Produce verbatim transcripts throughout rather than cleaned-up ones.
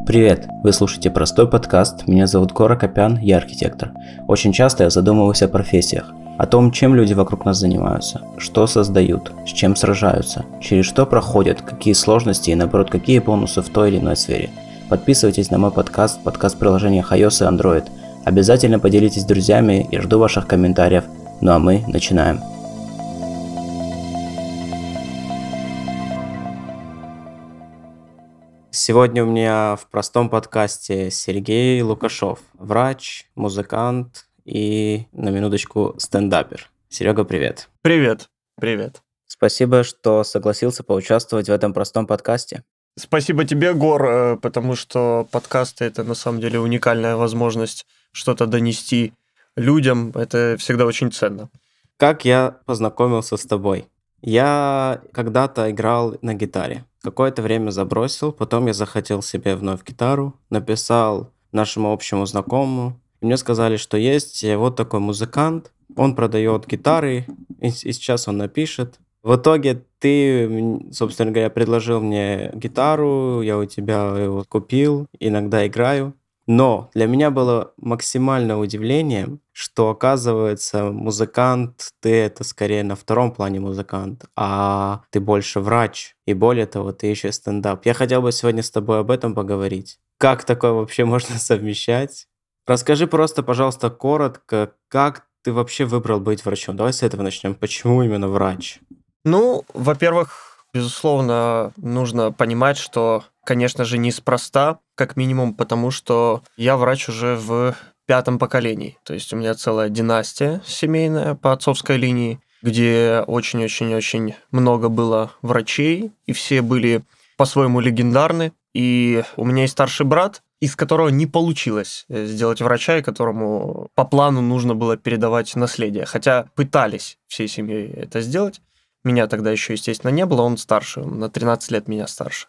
Привет! Вы слушаете простой подкаст. Меня зовут Кора Копян, я архитектор. Очень часто я задумываюсь о профессиях, о том, чем люди вокруг нас занимаются, что создают, с чем сражаются, через что проходят, какие сложности и, наоборот, какие бонусы в той или иной сфере. Подписывайтесь на мой подкаст, подкаст приложения iOS и Android. Обязательно поделитесь с друзьями и жду ваших комментариев. Ну а мы начинаем. Сегодня у меня в простом подкасте Сергей Лукашов, врач, музыкант и, на минуточку, стендапер. Серега, привет. Привет, привет. Спасибо, что согласился поучаствовать в этом простом подкасте. Спасибо тебе, Гор, потому что подкасты – это на самом деле уникальная возможность что-то донести людям. Это всегда очень ценно. Как я познакомился с тобой? Я когда-то играл на гитаре. Какое-то время забросил, потом я захотел себе вновь гитару, написал нашему общему знакомому. И мне сказали, что есть вот такой музыкант, он продает гитары, и сейчас он напишет. В итоге ты, собственно говоря, предложил мне гитару, я у тебя его купил, иногда играю. Но для меня было максимальное удивлением, что, оказывается, музыкант, ты это скорее на втором плане музыкант, а ты больше врач. И более того, ты еще стендап. Я хотел бы сегодня с тобой об этом поговорить. Как такое вообще можно совмещать? Расскажи просто, пожалуйста, коротко, как ты вообще выбрал быть врачом? Давай с этого начнем. Почему именно врач? Ну, во-первых, безусловно, нужно понимать, что, конечно же, неспроста, как минимум потому, что я врач уже в пятом поколении. То есть у меня целая династия семейная по отцовской линии, где очень-очень-очень много было врачей, и все были по-своему легендарны. И у меня есть старший брат, из которого не получилось сделать врача, и которому по плану нужно было передавать наследие. Хотя пытались всей семьей это сделать. Меня тогда еще, естественно, не было, он старше, он на тринадцать лет меня старше.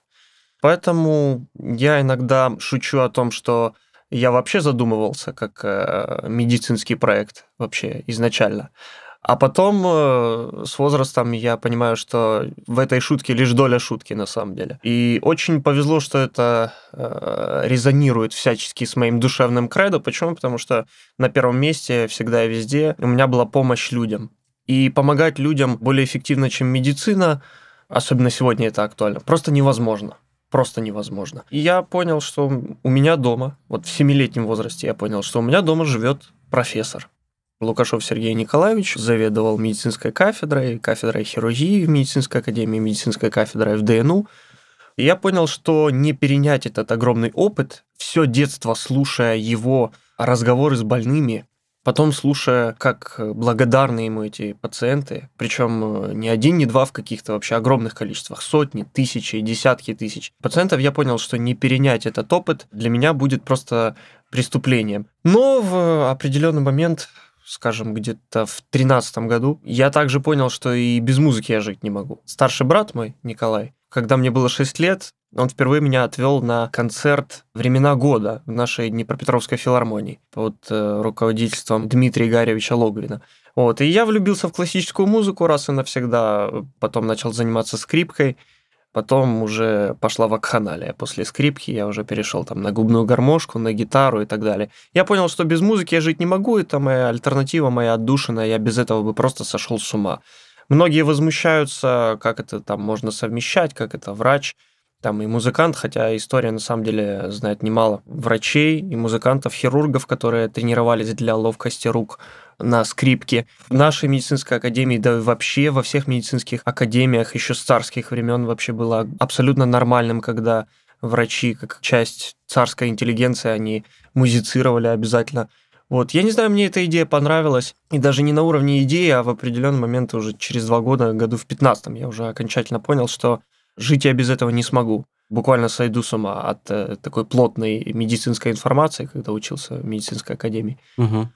Поэтому я иногда шучу о том, что я вообще задумывался как э, медицинский проект вообще изначально. А потом э, с возрастом я понимаю, что в этой шутке лишь доля шутки на самом деле. И очень повезло, что это э, резонирует всячески с моим душевным кредо. Почему? Потому что на первом месте всегда и везде у меня была помощь людям. И помогать людям более эффективно, чем медицина, особенно сегодня это актуально, просто невозможно. Просто невозможно. И я понял, что у меня дома, вот в семилетнем возрасте я понял, что у меня дома живет профессор. Лукашов Сергей Николаевич заведовал медицинской кафедрой, кафедрой хирургии в медицинской академии, медицинской кафедрой в ДНУ. И я понял, что не перенять этот огромный опыт, все детство слушая его разговоры с больными, потом слушая, как благодарны ему эти пациенты, причем не один, не два в каких-то вообще огромных количествах, сотни, тысячи, десятки тысяч пациентов, я понял, что не перенять этот опыт для меня будет просто преступлением. Но в определенный момент, скажем, где-то в тринадцатом году, я также понял, что и без музыки я жить не могу. Старший брат мой, Николай, когда мне было шесть лет, он впервые меня отвел на концерт «Времена года» в нашей Днепропетровской филармонии под э, руководительством Дмитрия Игоревича Логвина. Вот. И я влюбился в классическую музыку раз и навсегда, потом начал заниматься скрипкой, потом уже пошла вакханалия. После скрипки я уже перешел там на губную гармошку, на гитару и так далее. Я понял, что без музыки я жить не могу, это моя альтернатива, моя отдушина, я без этого бы просто сошел с ума. Многие возмущаются, как это там можно совмещать, как это врач, там и музыкант, хотя история на самом деле знает немало врачей и музыкантов, хирургов, которые тренировались для ловкости рук на скрипке. В нашей медицинской академии, да и вообще во всех медицинских академиях еще с царских времен вообще было абсолютно нормальным, когда врачи, как часть царской интеллигенции, они музицировали обязательно. Вот, я не знаю, мне эта идея понравилась, и даже не на уровне идеи, а в определенный момент уже через два года, году в пятнадцатом, я уже окончательно понял, что жить я без этого не смогу. Буквально сойду с ума от э, такой плотной медицинской информации, когда учился в медицинской академии. Угу.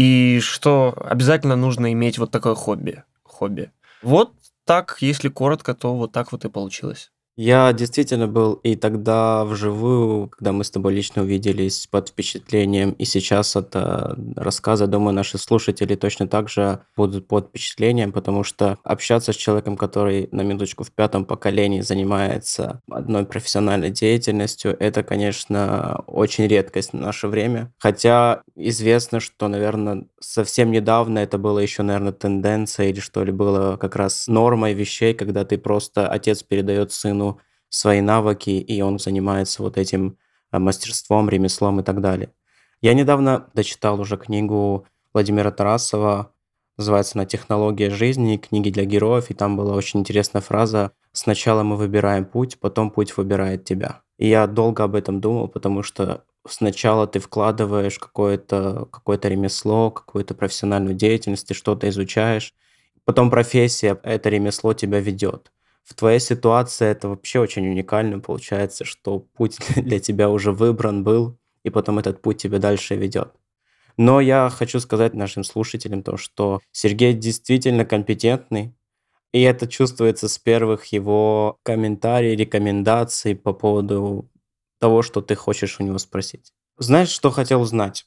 И что обязательно нужно иметь вот такое хобби. хобби. Вот так, если коротко, то вот так вот и получилось. Я действительно был и тогда вживую, когда мы с тобой лично увиделись, под впечатлением, и сейчас от э, рассказа, думаю, наши слушатели точно так же будут под впечатлением, потому что общаться с человеком, который, на минуточку, в пятом поколении занимается одной профессиональной деятельностью, это, конечно, очень редкость в наше время. Хотя известно, что, наверное, совсем недавно это было еще, наверное, тенденция или что ли было как раз нормой вещей, когда ты просто, отец передает сыну свои навыки, и он занимается вот этим а, мастерством, ремеслом и так далее. Я недавно дочитал уже книгу Владимира Тарасова, называется она «Технология жизни», книги для героев, и там была очень интересная фраза «Сначала мы выбираем путь, потом путь выбирает тебя». И я долго об этом думал, потому что сначала ты вкладываешь какое-то какое ремесло, какую-то профессиональную деятельность, ты что-то изучаешь, потом профессия, это ремесло тебя ведет. В твоей ситуации это вообще очень уникально. Получается, что путь для тебя уже выбран был, и потом этот путь тебя дальше ведет. Но я хочу сказать нашим слушателям то, что Сергей действительно компетентный, и это чувствуется с первых его комментариев, рекомендаций по поводу того, что ты хочешь у него спросить. Знаешь, что хотел узнать?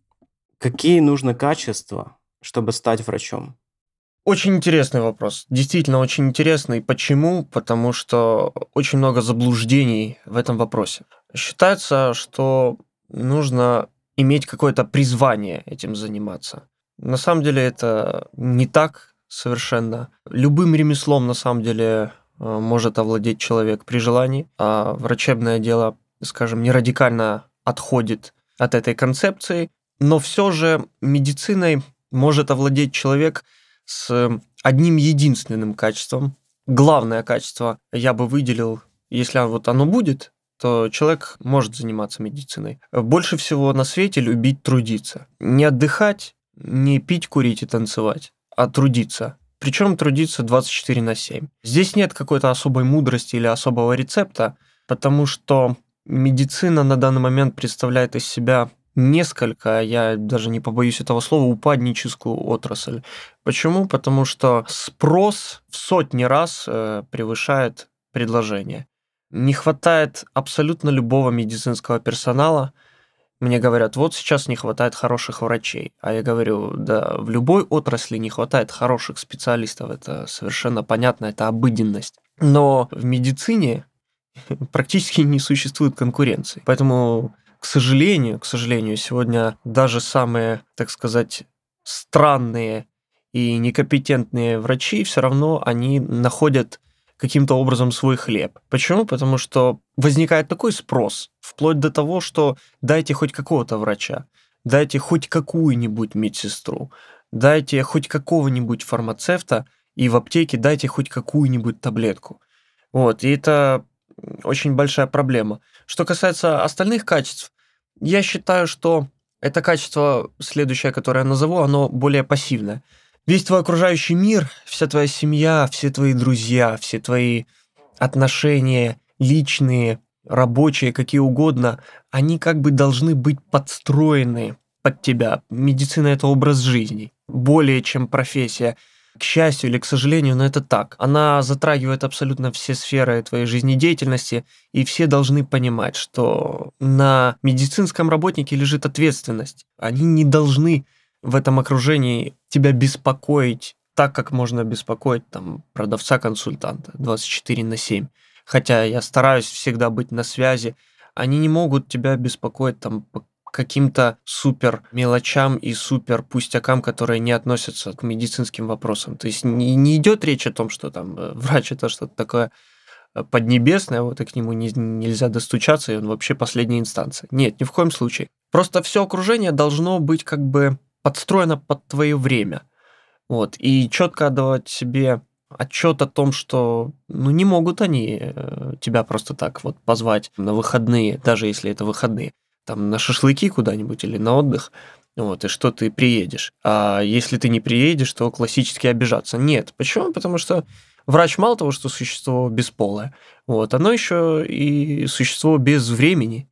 Какие нужны качества, чтобы стать врачом? Очень интересный вопрос. Действительно очень интересный. Почему? Потому что очень много заблуждений в этом вопросе. Считается, что нужно иметь какое-то призвание этим заниматься. На самом деле это не так совершенно. Любым ремеслом на самом деле э, может овладеть человек при желании, а врачебное дело, скажем, не радикально отходит от этой концепции, но все же медициной может овладеть человек с одним единственным качеством. Главное качество я бы выделил, если вот оно будет, то человек может заниматься медициной. Больше всего на свете любить трудиться. Не отдыхать, не пить, курить и танцевать, а трудиться. Причем трудиться двадцать четыре на семь. Здесь нет какой-то особой мудрости или особого рецепта, потому что медицина на данный момент представляет из себя несколько, я даже не побоюсь этого слова, упадническую отрасль. Почему? Потому что спрос в сотни раз э, превышает предложение. Не хватает абсолютно любого медицинского персонала. Мне говорят, вот сейчас не хватает хороших врачей. А я говорю, да, в любой отрасли не хватает хороших специалистов. Это совершенно понятно, это обыденность. Но в медицине практически не существует конкуренции. Поэтому, к сожалению, к сожалению, сегодня даже самые, так сказать, странные и некомпетентные врачи все равно они находят каким-то образом свой хлеб. Почему? Потому что возникает такой спрос, вплоть до того, что дайте хоть какого-то врача, дайте хоть какую-нибудь медсестру, дайте хоть какого-нибудь фармацевта, и в аптеке дайте хоть какую-нибудь таблетку. Вот, и это очень большая проблема. Что касается остальных качеств, я считаю, что это качество, следующее, которое я назову, оно более пассивное. Весь твой окружающий мир, вся твоя семья, все твои друзья, все твои отношения личные, рабочие, какие угодно, они как бы должны быть подстроены под тебя. Медицина – это образ жизни, более чем профессия. К счастью или к сожалению, но это так. Она затрагивает абсолютно все сферы твоей жизнедеятельности, и все должны понимать, что на медицинском работнике лежит ответственность. Они не должны в этом окружении тебя беспокоить так, как можно беспокоить там продавца-консультанта двадцать четыре на семь. Хотя я стараюсь всегда быть на связи. Они не могут тебя беспокоить там по каким-то супер мелочам и супер пустякам, которые не относятся к медицинским вопросам. То есть не, не идет речь о том, что там э, врач это что-то такое э, поднебесное, вот и к нему не, нельзя достучаться, и он вообще последняя инстанция. Нет, ни в коем случае. Просто все окружение должно быть как бы подстроено под твое время. Вот. И четко отдавать себе отчет о том, что ну, не могут они э, тебя просто так вот позвать на выходные, даже если это выходные, там на шашлыки куда-нибудь или на отдых, вот, и что ты приедешь. А если ты не приедешь, то классически обижаться. Нет. Почему? Потому что врач мало того, что существо бесполое, вот, оно еще и существо без времени,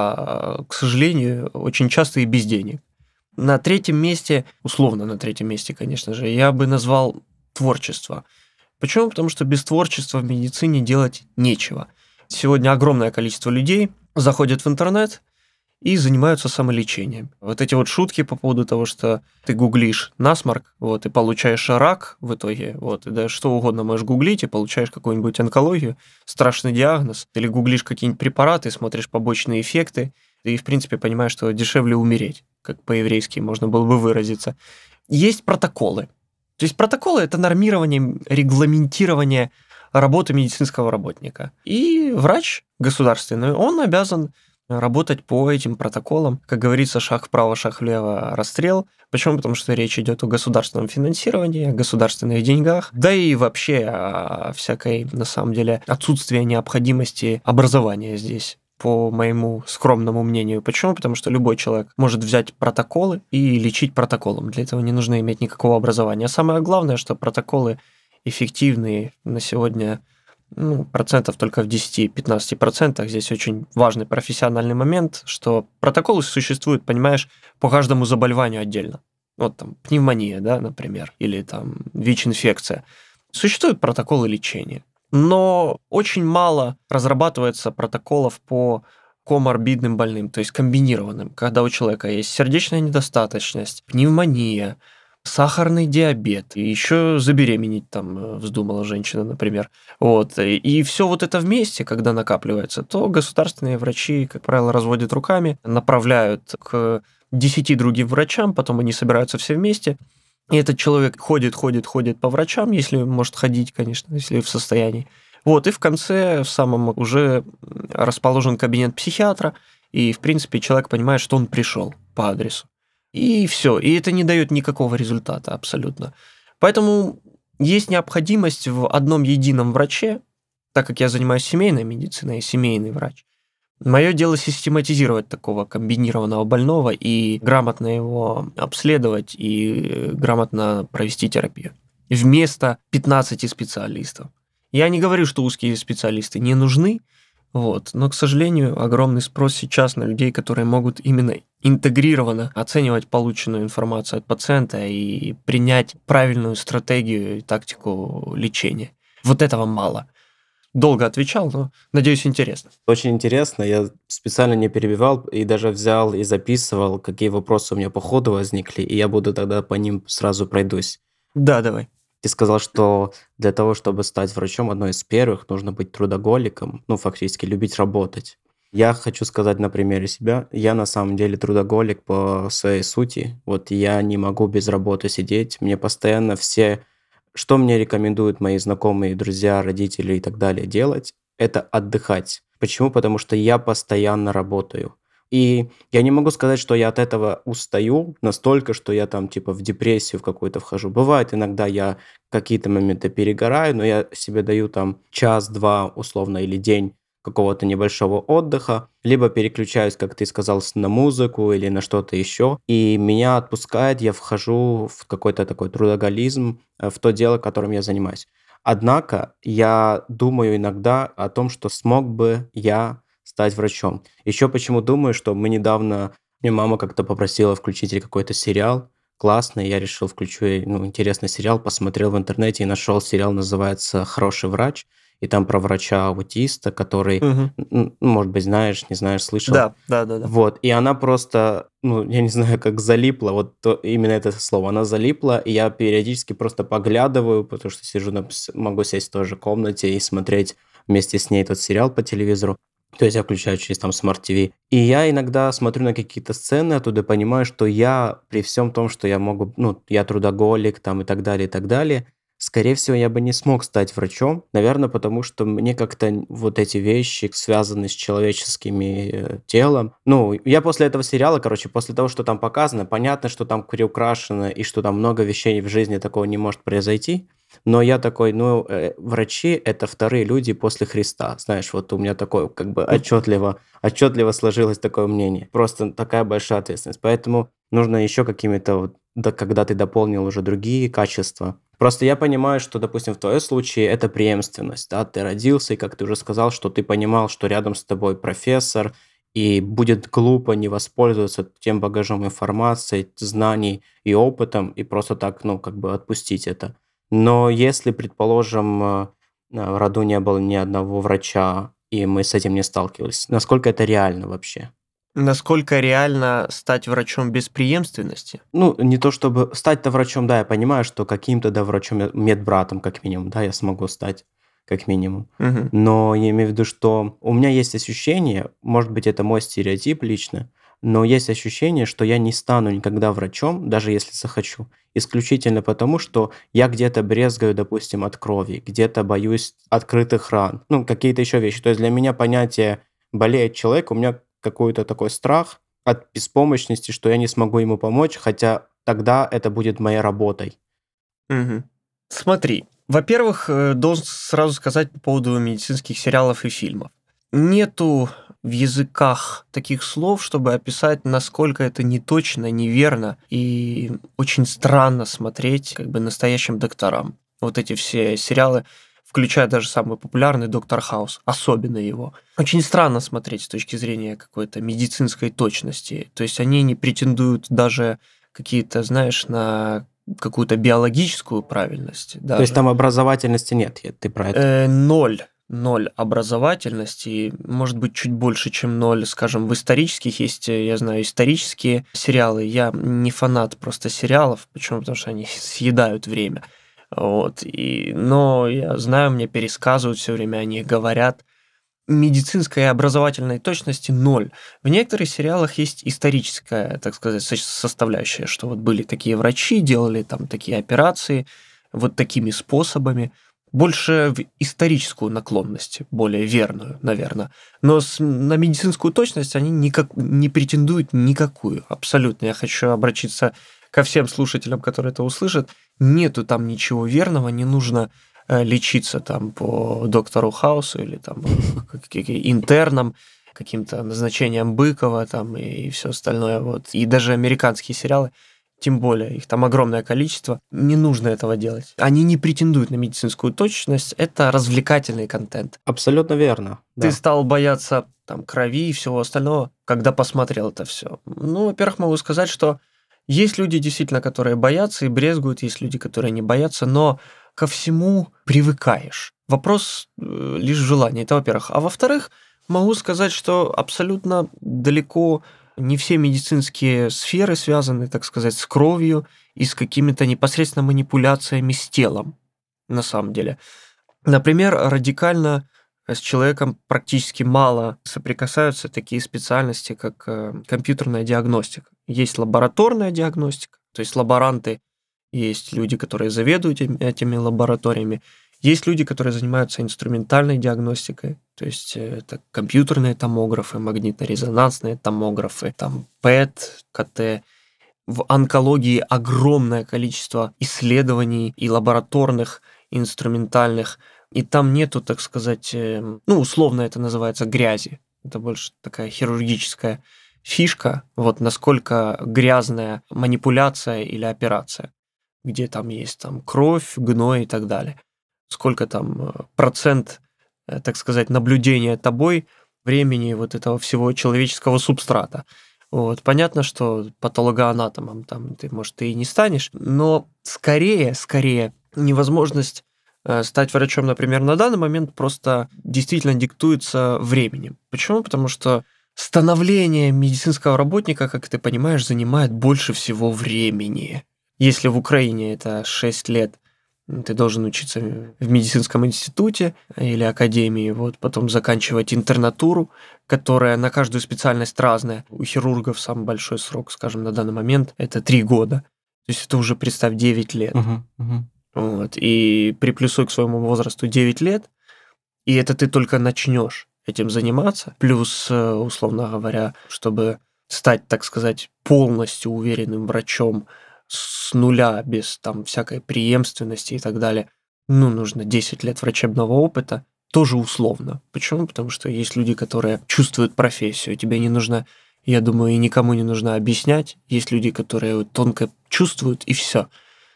а, к сожалению, очень часто и без денег. На третьем месте, условно на третьем месте, конечно же, я бы назвал творчество. Почему? Потому что без творчества в медицине делать нечего. Сегодня огромное количество людей заходят в интернет и занимаются самолечением. Вот эти вот шутки по поводу того, что ты гуглишь насморк, вот, и получаешь рак в итоге, вот, и да что угодно можешь гуглить, и получаешь какую-нибудь онкологию, страшный диагноз, или гуглишь какие-нибудь препараты, смотришь побочные эффекты, и, в принципе, понимаешь, что дешевле умереть, как по-еврейски можно было бы выразиться. Есть протоколы. То есть протоколы – это нормирование, регламентирование работы медицинского работника. И врач государственный, он обязан работать по этим протоколам. Как говорится, шаг вправо, шаг влево, расстрел. Почему? Потому что речь идет о государственном финансировании, о государственных деньгах, да и вообще о всякой, на самом деле, отсутствии необходимости образования здесь, по моему скромному мнению. Почему? Потому что любой человек может взять протоколы и лечить протоколом. Для этого не нужно иметь никакого образования. А самое главное, что протоколы эффективные на сегодня, ну, процентов только в десяти-пятнадцати процентах. Здесь очень важный профессиональный момент, что протоколы существуют, понимаешь, по каждому заболеванию отдельно. Вот там пневмония, да, например, или там ВИЧ-инфекция. Существуют протоколы лечения. Но очень мало разрабатывается протоколов по коморбидным больным, то есть комбинированным, когда у человека есть сердечная недостаточность, пневмония, сахарный диабет, и еще забеременеть там вздумала женщина, например. Вот. И все вот это вместе, когда накапливается, то государственные врачи, как правило, разводят руками, направляют к десяти другим врачам, потом они собираются все вместе, и этот человек ходит, ходит, ходит по врачам, если может ходить, конечно, если в состоянии. Вот, и в конце в самом уже расположен кабинет психиатра, и, в принципе, человек понимает, что он пришел по адресу. И все. И это не дает никакого результата абсолютно. Поэтому есть необходимость в одном едином враче, так как я занимаюсь семейной медициной, семейный врач. Мое дело систематизировать такого комбинированного больного и грамотно его обследовать и грамотно провести терапию. Вместо пятнадцати специалистов. Я не говорю, что узкие специалисты не нужны, вот, но, к сожалению, огромный спрос сейчас на людей, которые могут именно интегрированно оценивать полученную информацию от пациента и принять правильную стратегию и тактику лечения. Вот этого мало. Долго отвечал, но, надеюсь, интересно. Очень интересно. Я специально не перебивал и даже взял и записывал, какие вопросы у меня по ходу возникли, и я буду тогда по ним сразу пройдусь. Да, давай. Ты сказал, что для того, чтобы стать врачом, одно из первых, нужно быть трудоголиком, ну, фактически, любить работать. Я хочу сказать на примере себя. Я на самом деле трудоголик по своей сути. Вот я не могу без работы сидеть. Мне постоянно все, что мне рекомендуют мои знакомые, друзья, родители и так далее делать, это отдыхать. Почему? Потому что я постоянно работаю. И я не могу сказать, что я от этого устаю настолько, что я там типа в депрессию в какую-то вхожу. Бывает, иногда я какие-то моменты перегораю, но я себе даю там час-два условно или день какого-то небольшого отдыха, либо переключаюсь, как ты сказал, с- на музыку или на что-то еще, и меня отпускает, я вхожу в какой-то такой трудоголизм, э, в то дело, которым я занимаюсь. Однако я думаю иногда о том, что смог бы я стать врачом. Еще почему думаю, что мы недавно, мне мама как-то попросила включить ей какой-то сериал классный, я решил включу ей, ну, интересный сериал, посмотрел в интернете и нашел сериал, называется «Хороший врач», и там про врача-аутиста, который, Мгм. н- ну, может быть, знаешь, не знаешь, слышал. Да, да, да, да. Вот, и она просто, ну, я не знаю, как залипла, вот то- именно это слово, она залипла, и я периодически просто поглядываю, потому что сижу, на, пс- могу сесть в той же комнате и смотреть вместе с ней тот сериал по телевизору. То есть я включаю через там Smart ти ви. И я иногда смотрю на какие-то сцены оттуда и понимаю, что я при всем том, что я могу, ну, я трудоголик там и так далее, и так далее, скорее всего, я бы не смог стать врачом. Наверное, потому что мне как-то н- вот эти вещи связаны с человеческими э, телом. Ну, я после этого сериала, короче, после того, что там показано, понятно, что там приукрашено и что там много вещей в жизни такого не может произойти. Но я такой, ну, э, врачи– это вторые люди после Христа. Знаешь, вот у меня такое как бы отчетливо, отчетливо сложилось такое мнение. Просто такая большая ответственность. Поэтому нужно еще какими-то, вот, да, когда ты дополнил уже другие качества. Просто я понимаю, что, допустим, в твоем случае это преемственность. Да? Ты родился, и как ты уже сказал, что ты понимал, что рядом с тобой профессор, и будет глупо не воспользоваться тем багажом информации, знаний и опытом, и просто так, ну, как бы отпустить это. Но если, предположим, э, э, в роду не было ни одного врача, и мы с этим не сталкивались. Насколько это реально вообще? Насколько реально стать врачом без преемственности? Ну, не то чтобы стать-то врачом, да, я понимаю, что каким-то, да, врачом, я- медбратом, как минимум, да, я смогу стать, как минимум. Мгм. Но я имею в виду, что у меня есть ощущение, может быть, это мой стереотип лично, но есть ощущение, что я не стану никогда врачом, даже если захочу, исключительно потому, что я где-то брезгаю, допустим, от крови, где-то боюсь открытых ран, ну, какие-то еще вещи. То есть для меня понятие болеет человек, у меня какой-то такой страх от беспомощности, что я не смогу ему помочь, хотя тогда это будет моей работой. Мгм. Смотри, во-первых, э, должен сразу сказать по поводу медицинских сериалов и фильмов. Нету в языках таких слов, чтобы описать, насколько это неточно, неверно и очень странно смотреть как бы настоящим докторам. Вот эти все сериалы, включая даже самый популярный «Доктор Хаус», особенно его. Очень странно смотреть с точки зрения какой-то медицинской точности. То есть они не претендуют даже какие-то, знаешь, на какую-то биологическую правильность То есть даже. там образовательности нет, я- ты про это? Э, ноль. Ноль образовательности, может быть, чуть больше, чем ноль, скажем, в исторических есть, э, я знаю, исторические сериалы. Я не фанат просто сериалов, почему? Потому что они съедают время. Вот. И, но я знаю, мне пересказывают все время, они говорят. Медицинской и образовательной точности ноль. В некоторых сериалах есть историческая, так сказать, со- составляющая, что вот были такие врачи, делали там такие операции, вот такими способами. Больше в историческую наклонность, более верную, наверное. Но с- на медицинскую точность они никак, не претендуют никакую, абсолютно. Я хочу обратиться ко всем слушателям, которые это услышат. Нету там ничего верного, не нужно э, лечиться там по доктору Хаусу или там по каким- интернам, каким-то назначениям Быкова там и все остальное. Вот. И даже американские сериалы, тем более, их там огромное количество, не нужно этого делать. Они не претендуют на медицинскую точность, это развлекательный контент. Абсолютно верно, Ты да. стал бояться там крови и всего остального, когда посмотрел это все. Ну, во-первых, могу сказать, что есть люди действительно, которые боятся и брезгуют, есть люди, которые не боятся, но ко всему привыкаешь. Вопрос э, лишь в желании, это во-первых. А во-вторых, могу сказать, что абсолютно далеко не все медицинские сферы связаны, так сказать, с кровью и с какими-то непосредственно манипуляциями с телом, на самом деле. Например, радикально с человеком практически мало соприкасаются такие специальности, как э, компьютерная диагностика. Есть лабораторная диагностика, то есть лаборанты, есть люди, которые заведуют эм- этими лабораториями, есть люди, которые занимаются инструментальной диагностикой, то есть э, это компьютерные томографы, магнитно-резонансные томографы, там ПЭТ, КТ. В онкологии огромное количество исследований и лабораторных, и инструментальных, и там нету, так сказать, э, ну, условно это называется грязи. Это больше такая хирургическая фишка, вот насколько грязная манипуляция или операция, где там есть там кровь, гной и так далее. Сколько там э, процент, э, так сказать, наблюдения тобой времени вот этого всего человеческого субстрата. Вот. Понятно, что патологоанатомом там ты, может, и не станешь, но скорее, скорее невозможность э, стать врачом, например, на данный момент просто действительно диктуется временем. Почему? Потому что становление медицинского работника, как ты понимаешь, занимает больше всего времени. Если в Украине это шесть лет, м, ты должен учиться в медицинском институте или академии, вот, потом заканчивать интернатуру, которая на каждую специальность разная. У хирургов самый большой срок, скажем, на данный момент это три года. То есть это уже, представь, девять лет. Мгм, мгм. Вот. И приплюсуй к своему возрасту девять лет, и это ты только начнешь этим заниматься. Плюс, э, условно говоря, чтобы стать, так сказать, полностью уверенным врачом с нуля, без там всякой преемственности и так далее, ну, нужно десять лет врачебного опыта, тоже условно. Почему? Потому что есть люди, которые чувствуют профессию, тебе не нужно, я думаю, и никому не нужно объяснять. Есть люди, которые вот тонко чувствуют, и все.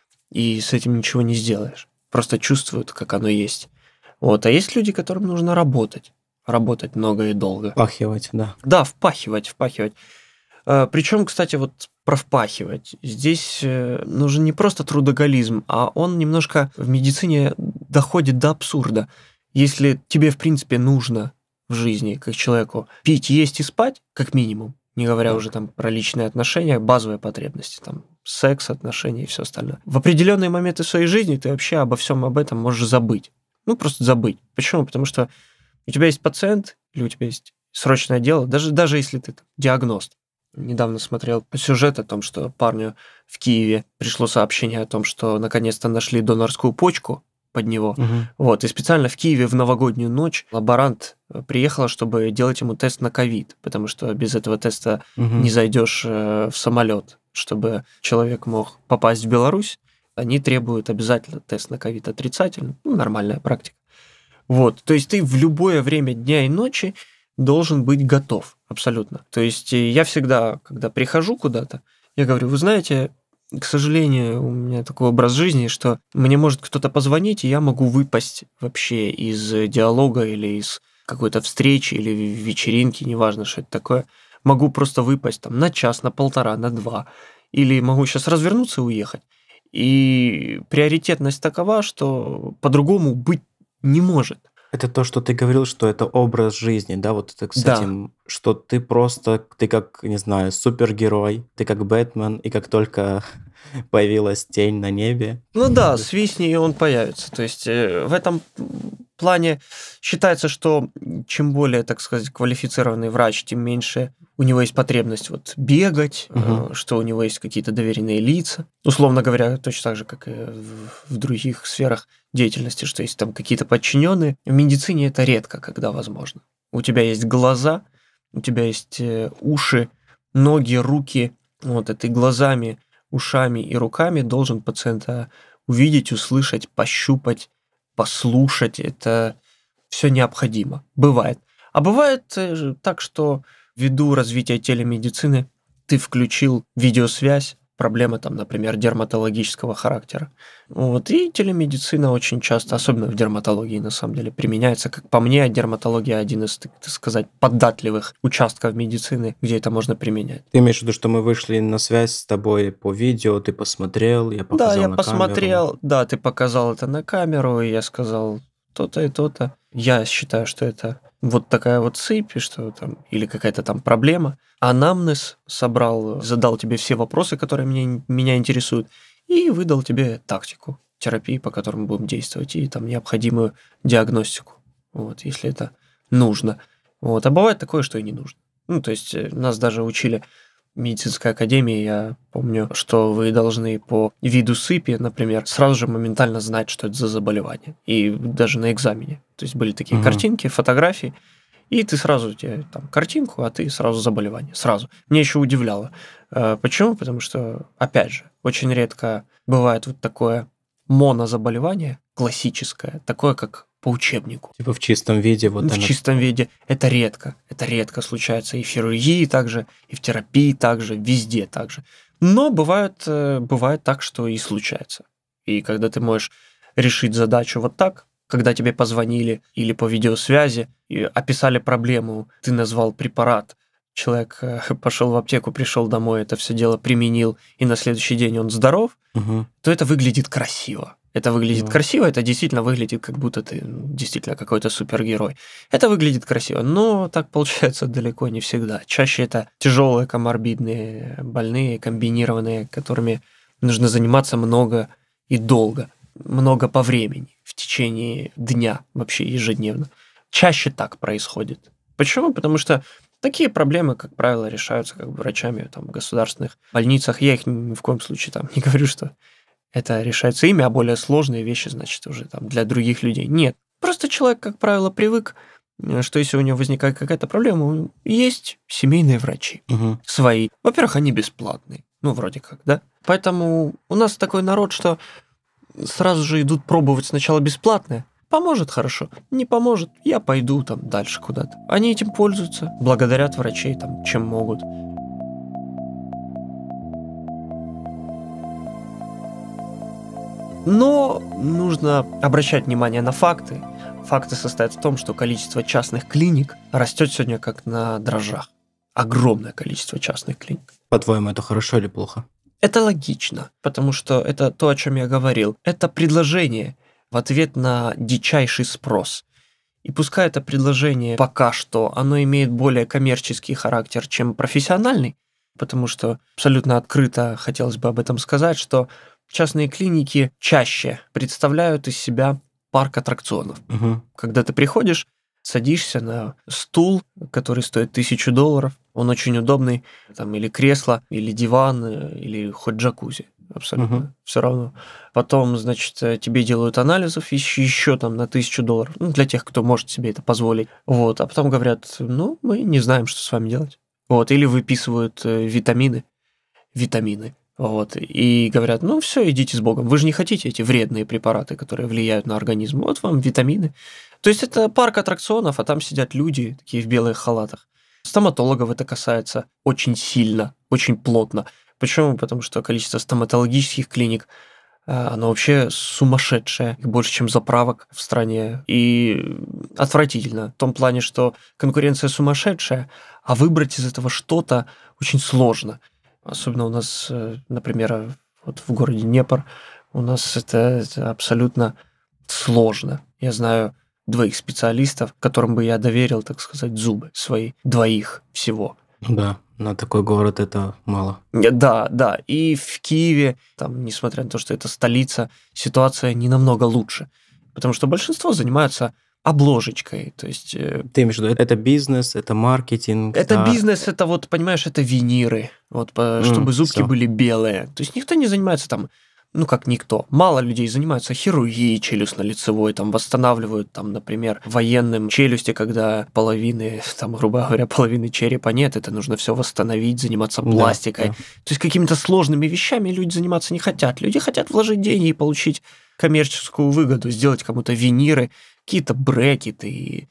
И с этим ничего не сделаешь. Просто чувствуют, как оно есть. Вот. А есть люди, которым нужно работать. Работать много и долго. Пахивать, да. Да, впахивать, впахивать. Причем, кстати, вот про впахивать. Здесь э, нужен не просто трудоголизм, а он немножко в медицине доходит до абсурда. Если тебе, в принципе, нужно в жизни, как человеку, пить, есть и спать, как минимум, не говоря Так. уже там про личные отношения, базовые потребности, там, секс, отношения и все остальное. В определенные моменты своей жизни ты вообще обо всем об этом можешь забыть. Ну, просто забыть. Почему? Потому что у тебя есть пациент, или у тебя есть срочное дело, даже, даже если ты там, диагност. Недавно смотрел сюжет о том, что парню в Киеве пришло сообщение о том, что наконец-то нашли донорскую почку под него. Мгм. Вот, и специально в Киеве в новогоднюю ночь лаборант приехал, чтобы делать ему тест на ковид, потому что без этого теста Мгм. не зайдешь э, в самолет, чтобы человек мог попасть в Беларусь. Они требуют обязательно тест на ковид отрицательный, ну, нормальная практика. Вот, то есть ты в любое время дня и ночи должен быть готов, абсолютно. То есть э, я всегда, когда прихожу куда-то, я говорю, вы знаете, к сожалению, у меня такой образ жизни, что мне может кто-то позвонить, и я могу выпасть вообще из диалога или из какой-то встречи или вечеринки, неважно, что это такое. Могу просто выпасть там на час, на полтора, на два. Или могу сейчас развернуться и уехать. И приоритетность такова, что по-другому быть не может. Это то, что ты говорил, что это образ жизни, да, вот это с Да. этим, что ты просто, ты как, не знаю, супергерой, ты как Бэтмен, и как только появилась тень на небе. Ну да, свистни, и он появится. То есть э, в этом плане считается, что чем более, так сказать, квалифицированный врач, тем меньше у него есть потребность вот бегать, Мгм. э, что у него есть какие-то доверенные лица. Условно говоря, точно так же, как и в, в других сферах деятельности, что есть там какие-то подчиненные. В медицине это редко, когда возможно. У тебя есть глаза, у тебя есть э, уши, ноги, руки. Вот, и ты глазами, ушами и руками должен пациента увидеть, услышать, пощупать, послушать. Это все необходимо. Бывает. А бывает э, так, что ввиду развития телемедицины ты включил видеосвязь, проблема там, например, дерматологического характера. Вот, и телемедицина очень часто, особенно в дерматологии, на самом деле, применяется. Как по мне, дерматология один из, так сказать, податливых участков медицины, где это можно применять. Ты имеешь в виду, что мы вышли на связь с тобой по видео, ты посмотрел, я показал Да, я на посмотрел, камеру. да, ты показал это на камеру, и я сказал то-то и то-то. Я считаю, что это вот такая вот сыпь, и что там, или какая-то там проблема. Анамнез собрал, задал тебе все вопросы, которые меня, меня интересуют, и выдал тебе тактику терапии, по которым будем действовать, и там необходимую диагностику, вот, если это нужно. Вот. А бывает такое, что и не нужно. Ну, то есть э, нас даже учили в медицинской академии, я помню, что вы должны по виду сыпи, например, сразу же моментально знать, что это за заболевание. И даже на экзамене. То есть были такие Мгм. картинки, фотографии, и ты сразу тебе там картинку, а ты сразу заболевание. Сразу. Мне еще удивляло. Э, Почему? Потому что, опять же, очень редко бывает вот такое монозаболевание классическое, такое, как по учебнику. Типа в чистом виде, вот Ну, в она. чистом виде. Это редко. Это редко случается и в хирургии также, и в терапии также, везде также. Но бывает, э, бывает так, что и случается. И когда ты можешь решить задачу вот так, когда тебе позвонили или по видеосвязи, и описали проблему, ты назвал препарат, человек э, пошел в аптеку, пришел домой, это все дело применил, и на следующий день он здоров, Мгм. то это выглядит красиво. Это выглядит Да. красиво, это действительно выглядит, как будто ты ну, действительно какой-то супергерой. Это выглядит красиво, но так получается далеко не всегда. Чаще это тяжелые коморбидные больные, комбинированные, которыми нужно заниматься много и долго, много по времени, в течение дня, вообще ежедневно. Чаще так происходит. Почему? Потому что такие проблемы, как правило, решаются как бы врачами там, в государственных больницах. Я их ни в коем случае там не говорю, что это решается ими, а более сложные вещи, значит, уже там для других людей. Нет. Просто человек, как правило, привык, э, что если у него возникает какая-то проблема, у- есть семейные врачи Мгм. свои. Во-первых, они бесплатные. Ну, вроде как, да? Поэтому у нас такой народ, что сразу же идут пробовать сначала бесплатное. Поможет хорошо, не поможет, я пойду там дальше куда-то. Они этим пользуются, благодарят врачей там, чем могут. Но нужно обращать внимание на факты. Факты состоят в том, что количество частных клиник растет сегодня как на дрожжах. Огромное количество частных клиник. По-твоему, это хорошо или плохо? Это логично, потому что это то, о чем я говорил. Это предложение в ответ на дичайший спрос. И пускай это предложение пока что, оно имеет более коммерческий характер, чем профессиональный, потому что абсолютно открыто хотелось бы об этом сказать, что частные клиники чаще представляют из себя парк аттракционов. Мгм. Когда ты приходишь, садишься на стул, который стоит тысячу долларов, он очень удобный, там или кресло, или диван, э, или хоть джакузи, абсолютно Мгм. все равно. Потом, значит, э, тебе делают анализов еще, еще там на тысячу долларов, ну, для тех, кто может себе это позволить. Вот, а потом говорят, ну, мы не знаем, что с вами делать. Вот, или выписывают э, витамины, витамины. Вот, и говорят, ну все, идите с Богом. Вы же не хотите эти вредные препараты, которые влияют на организм. Вот вам витамины. То есть это парк аттракционов, а там сидят люди, такие в белых халатах. Стоматологов это касается очень сильно, очень плотно. Почему? Потому что количество стоматологических клиник, а, оно вообще сумасшедшее, их больше, чем заправок в стране, и отвратительно в том плане, что конкуренция сумасшедшая, а выбрать из этого что-то очень сложно. Особенно у нас, э, например, э, вот в городе Днепр, у нас это, это абсолютно сложно. Я знаю двоих специалистов, которым бы я доверил, так сказать, зубы свои, двоих всего. Ну да, на такой город это мало. Э, Да, да, и в Киеве, там, несмотря на то, что это столица, ситуация не намного лучше, потому что большинство занимаются обложечкой, то есть э, Ты имеешь в виду, это бизнес, это маркетинг, это да. бизнес, это вот, понимаешь, это виниры, вот, по- чтобы М, зубки всё. были белые. То есть никто не занимается там, ну как никто, мало людей занимаются хирургией челюстно-лицевой, там восстанавливают, там, например, военным челюсти, когда половины, там, грубо говоря, половины черепа нет, это нужно все восстановить, заниматься Да, пластикой. да. То есть какими-то сложными вещами люди заниматься не хотят. Люди хотят вложить деньги и получить коммерческую выгоду, сделать кому-то виниры, какие-то брекеты,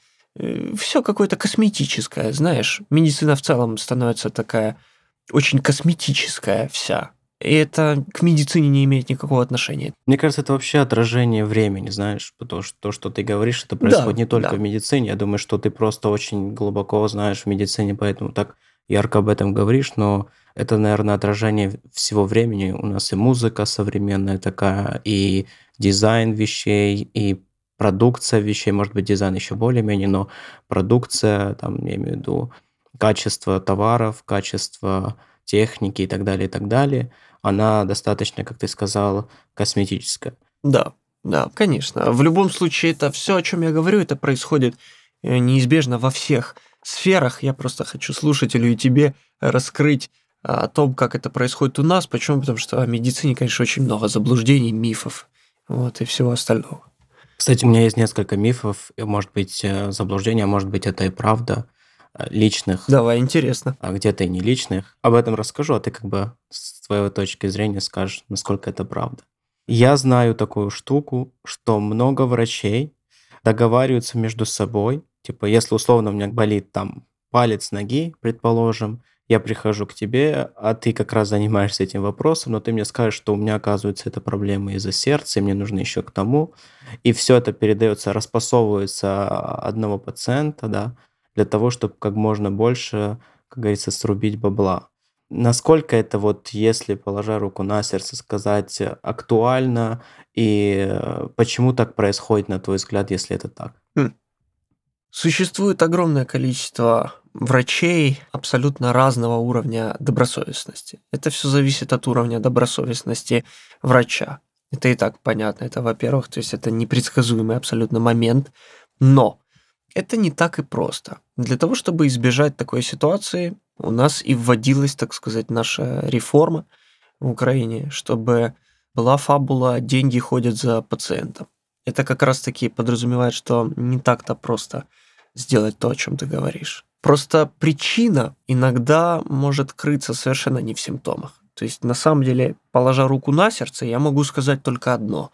все какое-то косметическое, знаешь. Медицина в целом становится такая очень косметическая вся. И это к медицине не имеет никакого отношения. Мне кажется, это вообще отражение времени, знаешь, потому что то, что ты говоришь, это происходит Да, не только да. в медицине. Я думаю, что ты просто очень глубоко знаешь в медицине, поэтому так ярко об этом говоришь, но это, наверное, отражение всего времени. У нас и музыка современная такая, и дизайн вещей, и продукция вещей, может быть, дизайн еще более-менее, но продукция, там, я имею в виду, качество товаров, качество техники и так далее, и так далее, она достаточно, как ты сказал, косметическая. Да, да, конечно. В любом случае, это все, о чем я говорю, это происходит э, неизбежно во всех сферах. Я просто хочу слушателю и тебе раскрыть а, о том, как это происходит у нас. Почему? Потому что о медицине, конечно, очень много заблуждений, мифов, вот, и всего остального. Кстати, у меня есть несколько мифов, и, может быть, э, заблуждения, а может быть, это и правда, э, личных, Давай, интересно. а где-то и не личных. Об этом расскажу, а ты как бы с твоей точки зрения скажешь, насколько это правда. Я знаю такую штуку, что много врачей договариваются между собой. Типа, если условно у меня болит там палец ноги, предположим, я прихожу к тебе, а ты как раз занимаешься этим вопросом, но ты мне скажешь, что у меня, оказывается, это проблема из-за сердца, и мне нужно еще к тому. И все это передается, распасовывается одного пациента, да, для того, чтобы как можно больше, как говорится, срубить бабла. Насколько это вот, если, положа руку на сердце, сказать, э, актуально, и э, почему так происходит, на твой взгляд, если это так? Хм. Существует огромное количество врачей абсолютно разного уровня добросовестности. Это все зависит от уровня добросовестности врача. Это и так понятно. Это, во-первых, то есть это непредсказуемый абсолютно момент. Но это не так и просто. Для того, чтобы избежать такой ситуации, у нас и вводилась, так сказать, наша реформа в Украине, чтобы была фабула «деньги ходят за пациентом». Это как раз-таки подразумевает, что не так-то просто сделать то, о чем ты говоришь. Просто причина иногда может крыться совершенно не в симптомах. То есть, на самом деле, положа руку на сердце, я могу сказать только одно.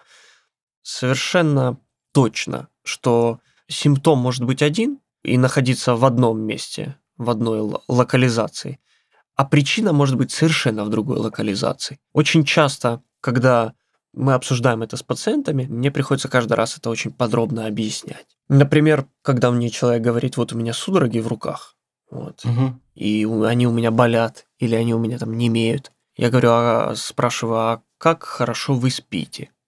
Совершенно точно, что симптом может быть один и находиться в одном месте, в одной л- локализации, а причина может быть совершенно в другой локализации. Очень часто, когда мы обсуждаем это с пациентами, мне приходится каждый раз это очень подробно объяснять. Например, когда мне человек говорит, вот у меня судороги в руках, вот, Мгм. и у- они у меня болят, или они у меня там немеют. Я говорю, а, спрашиваю, а как хорошо вы спите?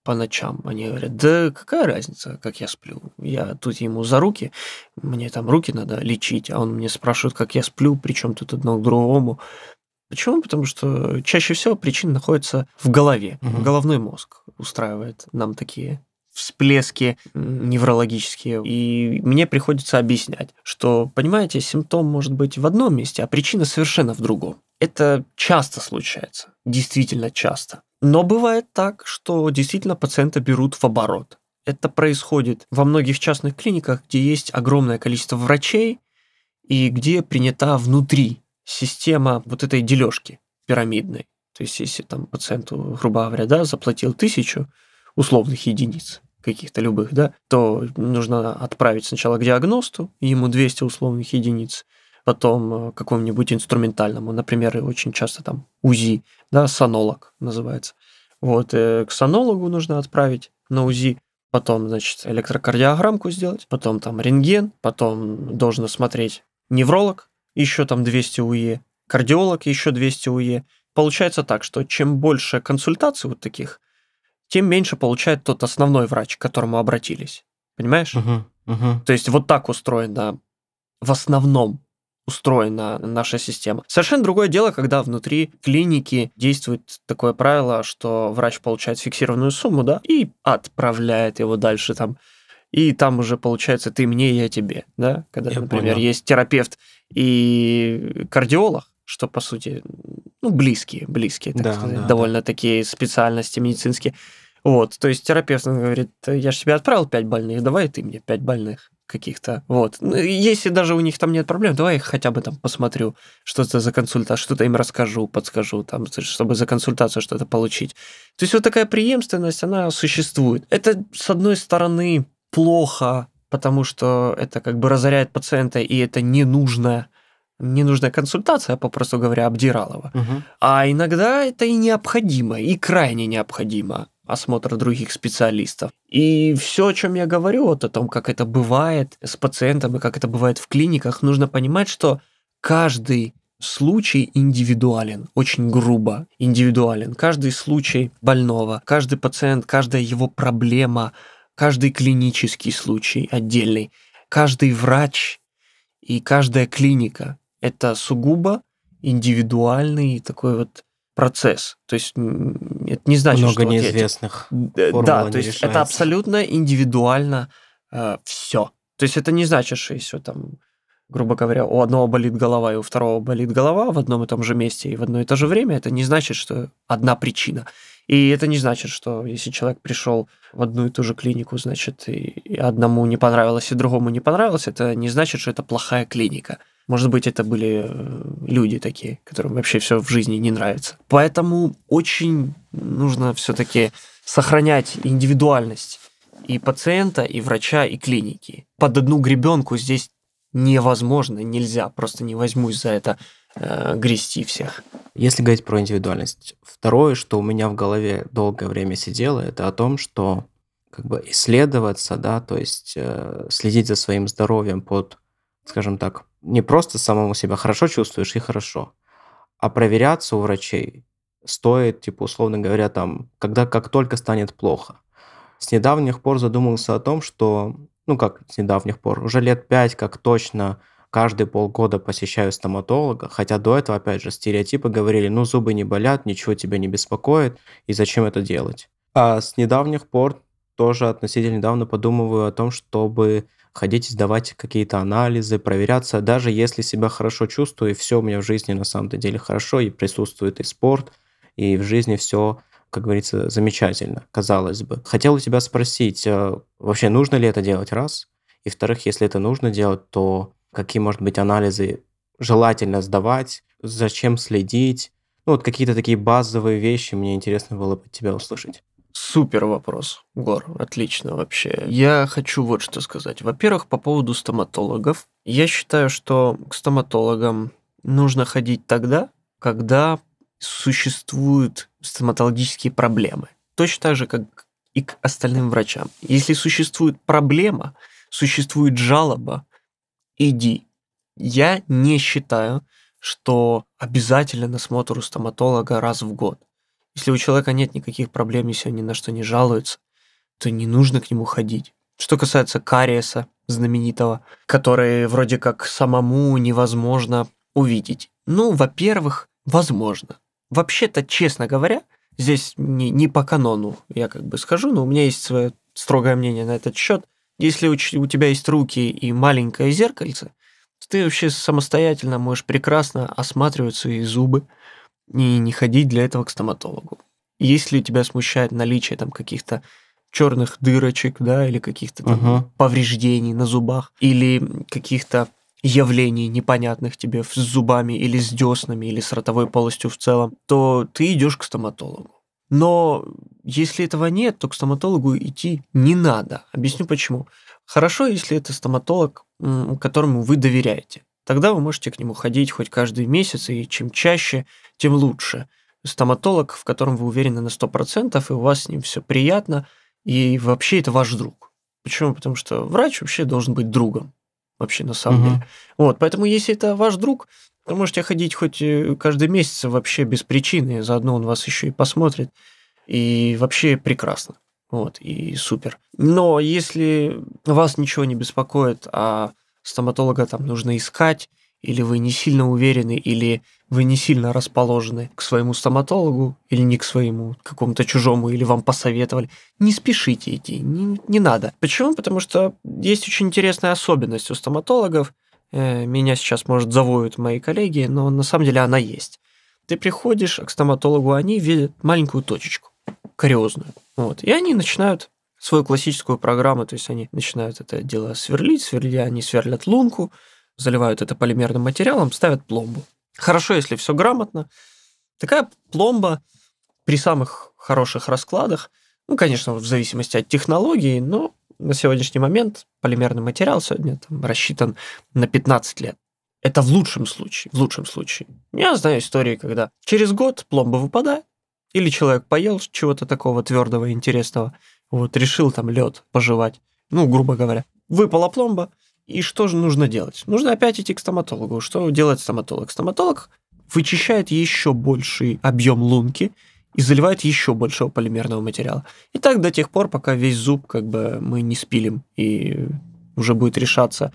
по ночам. Они говорят, да какая разница, как я сплю? Я тут ему за руки, мне там руки надо лечить, а он мне спрашивает, как я сплю, причем тут одно к другому. Почему? Потому что чаще всего причина находится в голове. Мгм. Головной мозг устраивает нам такие всплески м, неврологические. И мне приходится объяснять, что, понимаете, симптом может быть в одном месте, а причина совершенно в другом. Это часто случается, действительно часто. Но бывает так, что действительно пациента берут в оборот. Это происходит во многих частных клиниках, где есть огромное количество врачей и где принята внутри система вот этой дележки пирамидной. То есть, если там пациенту, грубо говоря, да, заплатил тысячу условных единиц, каких-то любых, да, то нужно отправить сначала к диагносту, ему двести условных единиц, потом э, какому-нибудь инструментальному, например, очень часто там УЗИ, да, сонолог называется. Вот, э, к сонологу нужно отправить на УЗИ, потом, значит, электрокардиограммку сделать, потом там рентген, потом должен осмотреть невролог, еще там двести УЕ, кардиолог, еще двести УЕ. Получается так, что чем больше консультаций вот таких, тем меньше получает тот основной врач, к которому обратились. Понимаешь? Мгм. Мгм. То есть вот так устроена, в основном устроена наша система. Совершенно другое дело, когда внутри клиники действует такое правило, что врач получает фиксированную сумму, да, и отправляет его дальше там. И там уже получается ты мне, я тебе, да, когда, Я например, понял. есть терапевт и кардиолог, что по сути, ну, близкие, близкие, так Да, сказать, да, да. довольно такие специальности медицинские. Вот, то есть терапевт он говорит, я же тебе отправил пять больных, давай ты мне пять больных каких-то. Вот. Ну, если даже у них там нет проблем, давай я их хотя бы там посмотрю, что это за консультация, что-то им расскажу, подскажу, там, чтобы за консультацию что-то получить. То есть вот такая преемственность, она существует. Это, с одной стороны, плохо, потому что это как бы разоряет пациента, и это не нужно, ненужная консультация, попросту говоря, обдиралова. Мгм. А иногда это и необходимо, и крайне необходимо осмотр других специалистов. И все, о чем я говорю, вот о том, как это бывает с пациентом и как это бывает в клиниках, нужно понимать, что каждый случай индивидуален, очень грубо индивидуален. Каждый случай больного, каждый пациент, каждая его проблема, каждый клинический случай отдельный, каждый врач и каждая клиника – это сугубо индивидуальный такой вот процесс. То есть м, это не значит, Много что вот я те- неизвестных. Д- Формула Да, не то есть это решается. абсолютно индивидуально все. То есть это не значит, что если там, грубо говоря, у одного болит голова и у второго болит голова в одном и том же месте и в одно и то же время, это не значит, что одна причина. И это не значит, что если человек пришел в одну и ту же клинику, значит, и и одному не понравилось, и другому не понравилось, это не значит, что это плохая клиника. Может быть, это были э, люди такие, которым вообще все в жизни не нравится. Поэтому очень нужно все-таки сохранять индивидуальность и пациента, и врача, и клиники. Под одну гребенку здесь невозможно, нельзя, просто не возьмусь за это э, грести всех. Если говорить про индивидуальность, второе, что у меня в голове долгое время сидело, это о том, что как бы исследоваться, да, то есть э, следить за своим здоровьем под, скажем так, не просто самому себя хорошо чувствуешь и хорошо, а проверяться у врачей стоит, типа, условно говоря, там, когда как только станет плохо. С недавних пор задумался о том, что, ну как с недавних пор, уже лет пять как точно каждые полгода посещаю стоматолога, хотя до этого, опять же, стереотипы говорили, ну зубы не болят, ничего тебя не беспокоит, и зачем это делать. А с недавних пор тоже относительно недавно подумываю о том, чтобы ходить и сдавать какие-то анализы, проверяться, даже если себя хорошо чувствую, и все у меня в жизни на самом-то деле хорошо, и присутствует и спорт, и в жизни все, как говорится, замечательно, казалось бы. Хотел у тебя спросить, э, вообще нужно ли это делать, раз? И во-вторых, если это нужно делать, то какие, может быть, анализы желательно сдавать, зачем следить? Ну, вот какие-то такие базовые вещи мне интересно было бы от тебя услышать. Супер вопрос, Гор, отлично вообще. Я хочу вот что сказать. Во-первых, по поводу стоматологов. Я считаю, что к стоматологам нужно ходить тогда, когда существуют стоматологические проблемы. Точно так же, как и к остальным врачам. Если существует проблема, существует жалоба, иди. Я не считаю, что обязательно на смотр у стоматолога раз в год. Если у человека нет никаких проблем, если он ни на что не жалуется, то не нужно к нему ходить. Что касается кариеса знаменитого, который вроде как самому невозможно увидеть. Ну, во-первых, возможно. Вообще-то, честно говоря, здесь не, не по канону я как бы скажу, но у меня есть свое строгое мнение на этот счет. Если у, ч- у тебя есть руки и маленькое зеркальце, то ты вообще самостоятельно можешь прекрасно осматривать свои зубы и не ходить для этого к стоматологу. Если тебя смущает наличие там каких-то черных дырочек, да, или каких-то там Мгм. повреждений на зубах, или каких-то явлений непонятных тебе с зубами или с деснами, или с ротовой полостью в целом, то ты идешь к стоматологу. Но если этого нет, то к стоматологу идти не надо. Объясню почему. Хорошо, если это стоматолог, м, которому вы доверяете. Тогда вы можете к нему ходить хоть каждый месяц, и чем чаще, тем лучше. Стоматолог, в котором вы уверены на сто процентов, и у вас с ним все приятно, и вообще это ваш друг. Почему? Потому что врач вообще должен быть другом. Вообще, на самом деле. Мгм. Вот, поэтому, если это ваш друг, вы можете ходить хоть э, каждый месяц вообще без причины, заодно он вас еще и посмотрит, и вообще прекрасно. Вот, и супер. Но если вас ничего не беспокоит, а стоматолога там нужно искать, или вы не сильно уверены, или вы не сильно расположены к своему стоматологу, или не к своему какому-то чужому, или вам посоветовали, не спешите идти, не, не надо. Почему? Потому что есть очень интересная особенность у стоматологов. Э, Меня сейчас, может, завоют мои коллеги, но на самом деле она есть. Ты приходишь к стоматологу, они видят маленькую точечку, кариозную. Вот, и они начинают свою классическую программу, то есть они начинают это дело сверлить, сверля, они сверлят лунку, заливают это полимерным материалом, ставят пломбу. Хорошо, если все грамотно. Такая пломба при самых хороших раскладах, ну, конечно, в зависимости от технологии, но на сегодняшний момент полимерный материал сегодня там рассчитан на пятнадцать лет. Это в лучшем случае, в лучшем случае. Я знаю истории, когда через год пломба выпадает, или человек поел чего-то такого твердого и интересного, вот, решил там лед пожевать, ну, грубо говоря. Выпала пломба, и что же нужно делать? Нужно опять идти к стоматологу. Что делает стоматолог? Стоматолог вычищает еще больший объем лунки и заливает еще большего полимерного материала. И так до тех пор, пока весь зуб как бы мы не спилим и уже будет решаться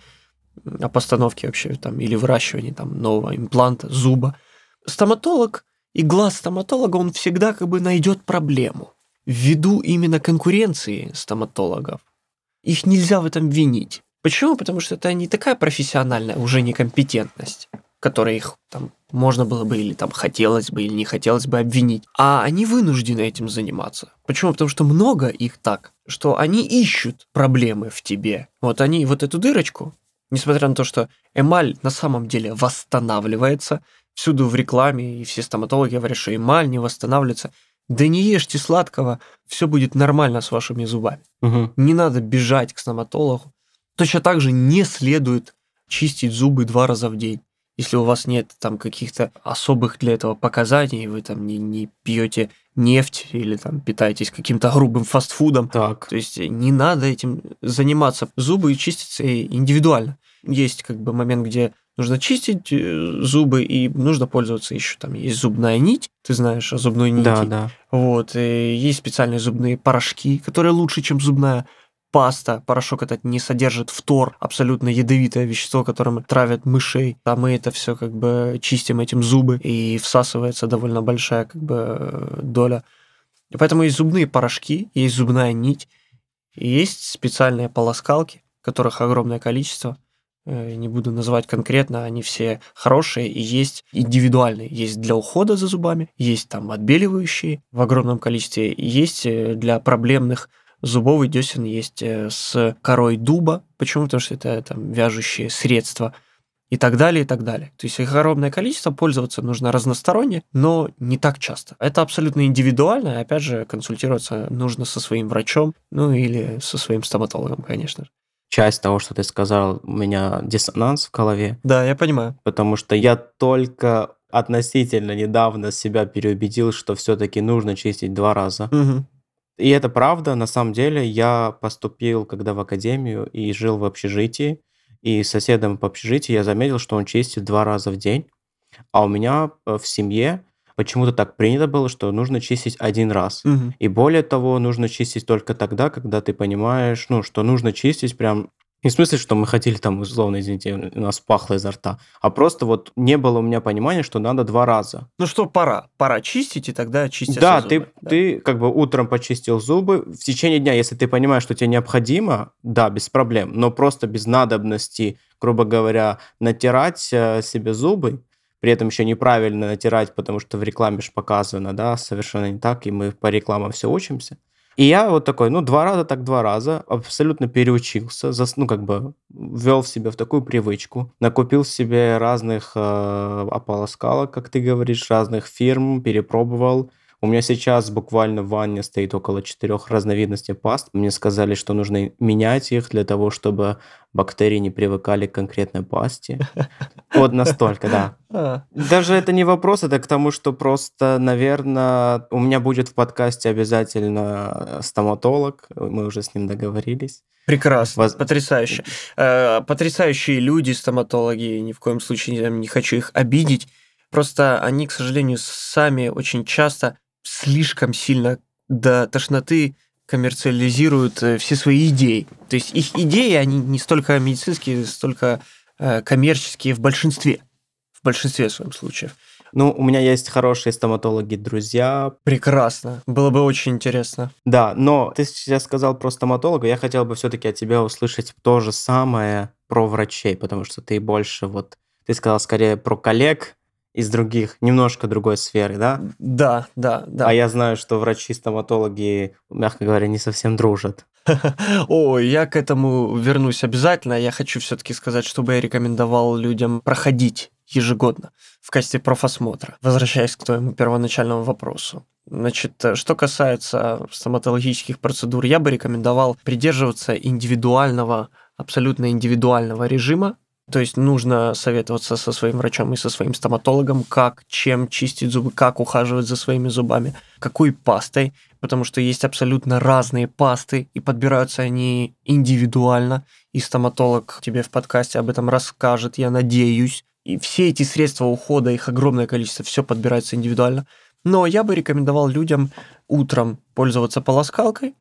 о постановке вообще там или выращивании там нового импланта, зуба. Стоматолог и глаз стоматолога, он всегда как бы найдет проблему. Ввиду именно конкуренции стоматологов, их нельзя в этом винить. Почему? Потому что это не такая профессиональная уже некомпетентность, которой их там можно было бы или там хотелось бы, или не хотелось бы обвинить. А они вынуждены этим заниматься. Почему? Потому что много их так, что они ищут проблемы в тебе. Вот они вот эту дырочку, несмотря на то, что эмаль на самом деле восстанавливается, всюду в рекламе и все стоматологи говорят, что эмаль не восстанавливается. Да не ешьте сладкого, все будет нормально с вашими зубами. Мгм. Не надо бежать к стоматологу. Точно так же не следует чистить зубы два раза в день. Если у вас нет там каких-то особых для этого показаний, вы там не, не пьете нефть или там питаетесь каким-то грубым фастфудом, Так. то есть не надо этим заниматься. Зубы чистятся индивидуально. Есть как бы момент, где нужно чистить э, зубы, и нужно пользоваться еще там. Есть зубная нить, ты знаешь о зубной нити. Да, да. Вот, и есть специальные зубные порошки, которые лучше, чем зубная паста. Порошок этот не содержит фтор, абсолютно ядовитое вещество, которым травят мышей. А мы это все как бы чистим этим зубы, и всасывается довольно большая как бы э, доля. И поэтому есть зубные порошки, есть зубная нить, и есть специальные полоскалки, которых огромное количество. Э, Не буду называть конкретно, они все хорошие, и есть индивидуальные. Есть для ухода за зубами, есть там отбеливающие в огромном количестве, и есть э, для проблемных зубов и десен, есть э, с корой дуба. Почему? Потому что это там вяжущие средства и так далее, и так далее. То есть их огромное количество, пользоваться нужно разносторонне, но не так часто. Это абсолютно индивидуально, и опять же, консультироваться нужно со своим врачом, ну или со своим стоматологом, конечно же. Часть того, что ты сказал, у меня диссонанс в голове, Да, я понимаю. потому что я только относительно недавно себя переубедил, что все-таки нужно чистить два раза. Мгм. И это правда, на самом деле, я поступил когда в академию и жил в общежитии, и соседом по общежитию я заметил, что он чистит два раза в день, а у меня э, в семье почему-то так принято было, что нужно чистить один раз. Мгм. И более того, нужно чистить только тогда, когда ты понимаешь, ну, что нужно чистить прям не в смысле, что мы ходили там, условно, извините, у нас пахло изо рта, а просто вот не было у меня понимания, что надо два раза. Ну что, пора. Пора чистить, и тогда чистятся Да, ты, зубы. Да. ты как бы утром почистил зубы, в течение дня, если ты понимаешь, что тебе необходимо, да, без проблем, но просто без надобности, грубо говоря, натирать э, себе зубы, при этом еще неправильно натирать, потому что в рекламе же показано, да, совершенно не так, и мы по рекламам все учимся. И я вот такой, ну, два раза так два раза, абсолютно переучился, зас- ну, как бы ввел в себя в такую привычку, накупил себе разных э, ополоскалок, как ты говоришь, разных фирм, перепробовал. У меня сейчас буквально в ванне стоит около четырех разновидностей паст. Мне сказали, что нужно менять их для того, чтобы бактерии не привыкали к конкретной пасте. Вот настолько, да. А, Даже это не вопрос, это к тому, что просто, наверное, у меня будет в подкасте обязательно э, стоматолог, мы уже с ним договорились. Прекрасно, Воз- потрясающе. Э, Потрясающие люди, стоматологи, ни в коем случае я не хочу их обидеть. Просто они, к сожалению, сами очень часто слишком сильно до тошноты коммерциализируют э, все свои идеи. То есть их идеи, они не столько медицинские, столько э, коммерческие в большинстве. В большинстве своем случаев. Ну, у меня есть хорошие стоматологи-друзья. Прекрасно. Было бы очень интересно. Да, но ты сейчас сказал про стоматолога, я хотел бы все-таки от тебя услышать то же самое про врачей, потому что ты больше вот, ты сказал скорее про коллег из других, немножко другой сферы, да? Да, да, А да. я знаю, что врачи-стоматологи, мягко говоря, не совсем дружат. Ой, я к этому вернусь обязательно. Я хочу все-таки сказать, чтобы я рекомендовал людям проходить ежегодно в качестве профосмотра. Возвращаясь к твоему первоначальному вопросу. Значит, э, что касается стоматологических процедур, я бы рекомендовал придерживаться индивидуального, абсолютно индивидуального режима. То есть нужно советоваться со своим врачом и со своим стоматологом, как, чем чистить зубы, как ухаживать за своими зубами, какой пастой, потому что есть абсолютно разные пасты, и подбираются они индивидуально, и стоматолог тебе в подкасте об этом расскажет, я надеюсь. И все эти средства ухода, их огромное количество, все подбирается индивидуально. Но я бы рекомендовал людям утром пользоваться полоскалкой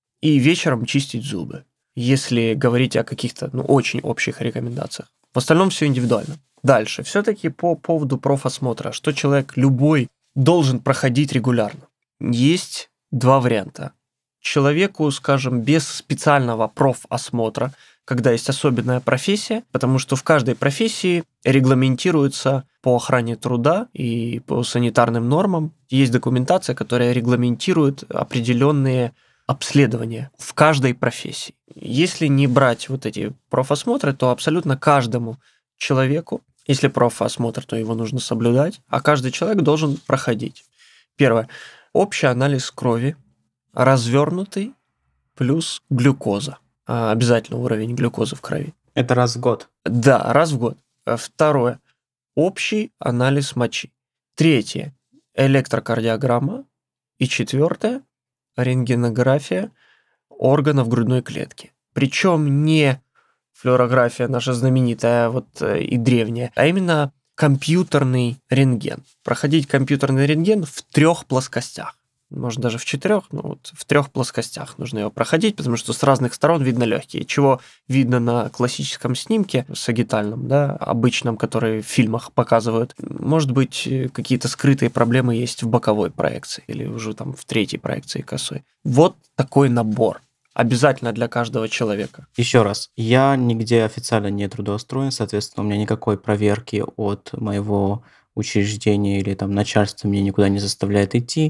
и вечером чистить зубы, если говорить о каких-то ну, очень общих рекомендациях. В остальном все индивидуально. Дальше. Все-таки по поводу профосмотра, что человек любой должен проходить регулярно. Есть два варианта. Человеку, скажем, без специального профосмотра, когда есть особенная профессия, потому что в каждой профессии регламентируется по охране труда и по санитарным нормам. Есть документация, которая регламентирует определенные обследования в каждой профессии. Если не брать вот эти профосмотры, то абсолютно каждому человеку, если профосмотр, то его нужно соблюдать, а каждый человек должен проходить. Первое. Общий анализ крови, развернутый, плюс глюкоза. А, Обязательно уровень глюкозы в крови. Это раз в год. Да, раз в год. А Второе. Общий анализ мочи. Третье. Электрокардиограмма. И четвертое. Рентгенография органов грудной клетки. Причем не флюорография наша знаменитая вот, э, и древняя, а именно компьютерный рентген. Проходить компьютерный рентген в трех плоскостях. Может, даже в четырех, но вот в трех плоскостях нужно его проходить, потому что с разных сторон видно легкие. Чего видно на классическом снимке, сагитальном, да, обычном, который в фильмах показывают. Может быть, какие-то скрытые проблемы есть в боковой проекции или уже там в третьей проекции косой. Вот такой набор. Обязательно для каждого человека. Еще раз, я нигде официально не трудоустроен, соответственно, у меня никакой проверки от моего учреждения или там начальства меня никуда не заставляет идти.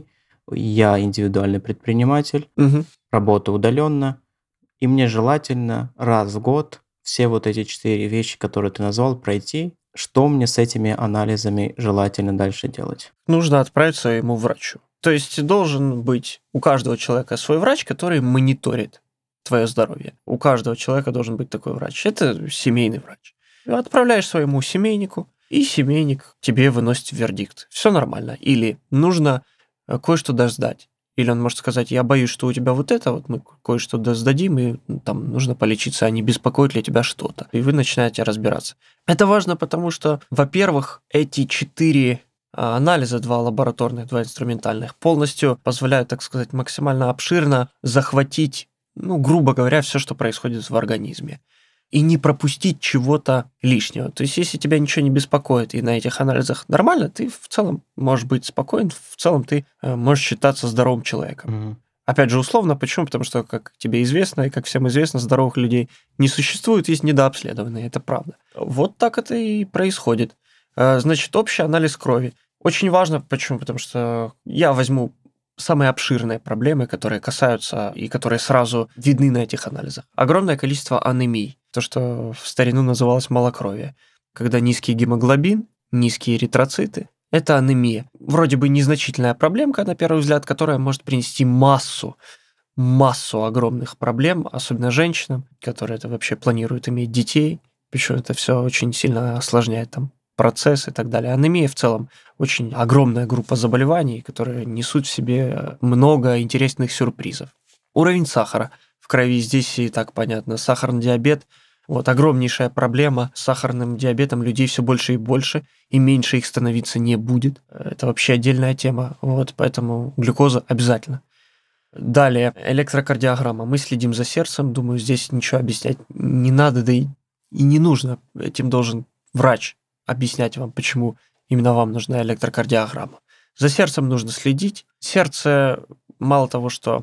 Я индивидуальный предприниматель, Угу. работаю удаленно, и мне желательно раз в год все вот эти четыре вещи, которые ты назвал, пройти. Что мне с этими анализами желательно дальше делать? Нужно отправить своему врачу. То есть должен быть у каждого человека свой врач, который мониторит твое здоровье. У каждого человека должен быть такой врач. Это семейный врач. Отправляешь своему семейнику, и семейник тебе выносит вердикт. Все нормально. Или нужно э, кое-что досдать. Или он может сказать, я боюсь, что у тебя вот это, вот мы кое-что досдадим, и ну, там нужно полечиться, а не беспокоит ли тебя что-то. И вы начинаете разбираться. Это важно, потому что, во-первых, эти четыре А анализа два лабораторных, два инструментальных полностью позволяют, так сказать, максимально обширно захватить, ну, грубо говоря, все, что происходит в организме. И не пропустить чего-то лишнего. То есть, если тебя ничего не беспокоит, и на этих анализах нормально, ты в целом можешь быть спокоен, в целом ты э, можешь считаться здоровым человеком. Мгм. Опять же, условно, почему? Потому что, как тебе известно, и как всем известно, здоровых людей не существует, есть недообследованные, это правда. Вот так это и происходит. Э, Значит, общий анализ крови. Очень важно, почему? Потому что я возьму самые обширные проблемы, которые касаются и которые сразу видны на этих анализах. Огромное количество анемий, то, что в старину называлось малокровие. Когда низкий гемоглобин, низкие эритроциты, это анемия. Вроде бы незначительная проблемка, на первый взгляд, которая может принести массу, массу огромных проблем, особенно женщинам, которые это вообще планируют иметь детей. Причем это все очень сильно осложняет там процесс и так далее. Анемия в целом очень огромная группа заболеваний, которые несут в себе много интересных сюрпризов. Уровень сахара в крови здесь и так понятно. Сахарный диабет – вот огромнейшая проблема. С сахарным диабетом людей все больше и больше, и меньше их становиться не будет. Это вообще отдельная тема. Вот, поэтому глюкоза обязательно. Далее, электрокардиограмма. Мы следим за сердцем. Думаю, здесь ничего объяснять не надо, да и, и не нужно. Этим должен врач объяснять вам, почему именно вам нужна электрокардиограмма. За сердцем нужно следить. Сердце, мало того, что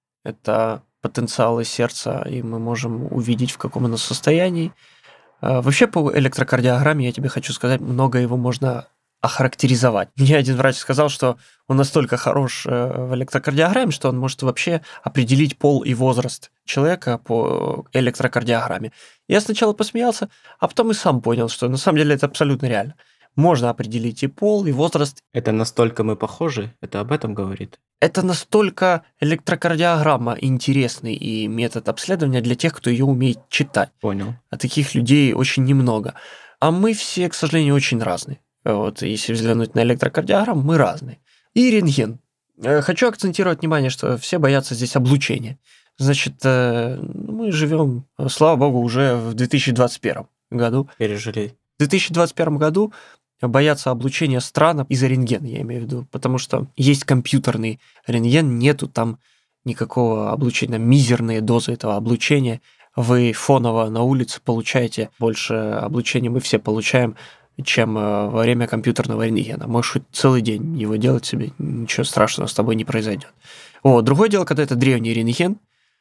это потенциалы сердца, и мы можем увидеть, в каком оно состоянии. А, Вообще, по электрокардиограмме, я тебе хочу сказать, много его можно охарактеризовать. Мне один врач сказал, что он настолько хорош э, в электрокардиограмме, что он может вообще определить пол и возраст человека по электрокардиограмме. Я сначала посмеялся, а потом и сам понял, что на самом деле это абсолютно реально. Можно определить и пол, и возраст. Это настолько мы похожи, это об этом говорит. Это настолько электрокардиограмма интересный и метод обследования для тех, кто ее умеет читать. Понял. А таких людей очень немного. А мы все, к сожалению, очень разные. Вот, если взглянуть на электрокардиограмму, мы разные. И рентген. Э, Хочу акцентировать внимание, что все боятся здесь облучения. Значит, э, мы живем, э, слава богу, уже в две тысячи двадцать первом году. Пережили. В две тысячи двадцать первом году боятся облучения странам из-за рентгена, я имею в виду, потому что есть компьютерный рентген, нету там никакого облучения, мизерные дозы этого облучения. Вы фоново на улице получаете больше облучения, мы все получаем, чем э, во время компьютерного рентгена. Можешь хоть целый день его делать себе, ничего страшного с тобой не произойдет. Вот. Другое дело, когда это древний рентген,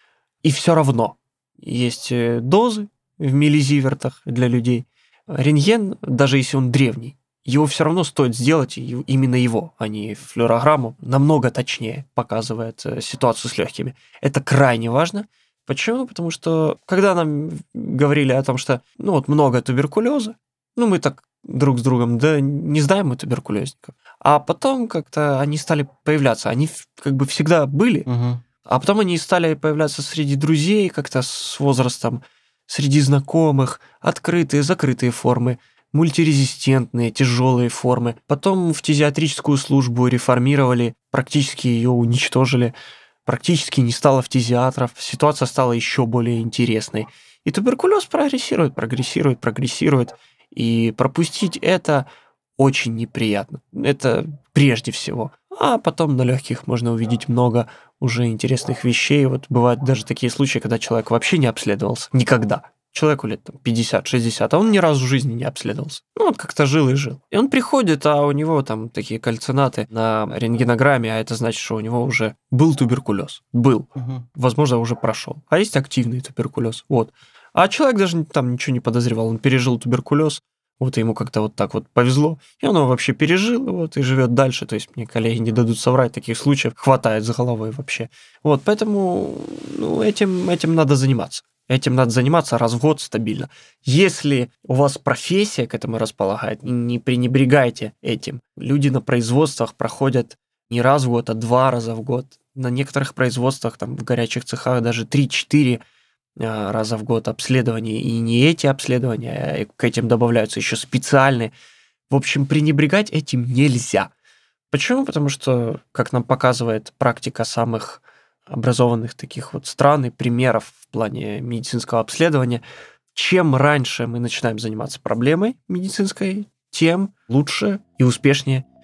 и все равно есть э, дозы в миллизивертах для людей. Рентген, даже если он древний, его все равно стоит сделать, и именно его, а не флюорограмму, намного точнее показывает э, ситуацию с легкими. Это крайне важно. Почему? Потому что когда нам говорили о том, что ну вот много туберкулеза, ну мы так друг с другом, да не знаем мы туберкулезников. А потом как-то они стали появляться. Они в- как бы всегда были, Мгм. а потом они стали появляться среди друзей как-то с возрастом, среди знакомых, открытые, закрытые формы, мультирезистентные, тяжелые формы. Потом фтизиатрическую службу реформировали, практически ее уничтожили, практически не стало фтизиатров, ситуация стала еще более интересной. И туберкулез прогрессирует, прогрессирует, прогрессирует. И пропустить это очень неприятно. Это прежде всего. А потом на легких можно увидеть много уже интересных вещей. Вот бывают даже такие случаи, когда человек вообще не обследовался. Никогда. Человеку лет там, пятьдесят-шестьдесят, а он ни разу в жизни не обследовался. Ну, он как-то жил и жил. И он приходит, а у него там такие кальцинаты на рентгенограмме, а это значит, что у него уже был туберкулез. Был. Мгм. Возможно, уже прошел. А есть активный туберкулез. Вот. А человек даже там ничего не подозревал. Он пережил туберкулез. Вот и ему как-то вот так вот повезло. И он его вообще пережил, вот, и живет дальше. То есть мне коллеги не дадут соврать, таких случаев хватает за головой вообще. Вот, поэтому ну, этим, этим надо заниматься. Этим надо заниматься раз в год стабильно. Если у вас профессия к этому располагает, не пренебрегайте этим. Люди на производствах проходят не раз в год, а два раза в год. На некоторых производствах, там, в горячих цехах даже три-четыре а, раза в год обследования. И не эти обследования, а к этим добавляются еще специальные. В общем, пренебрегать этим нельзя. Почему? Потому что, как нам показывает практика самых образованных таких вот стран и примеров в плане медицинского обследования, чем раньше мы начинаем заниматься проблемой медицинской, тем лучше и успешнее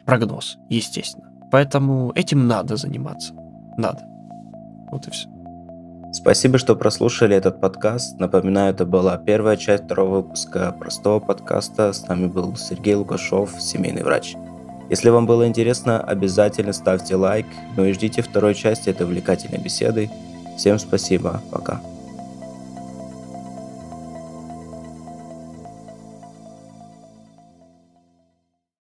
прогноз, естественно. Поэтому этим надо заниматься. Надо. Вот и все. Спасибо, что прослушали этот подкаст. Напоминаю, это была первая часть второго выпуска простого подкаста. С нами был Сергей Лукашов, семейный врач. Если вам было интересно, обязательно ставьте лайк, ну и ждите второй части этой увлекательной беседы. Всем спасибо, пока.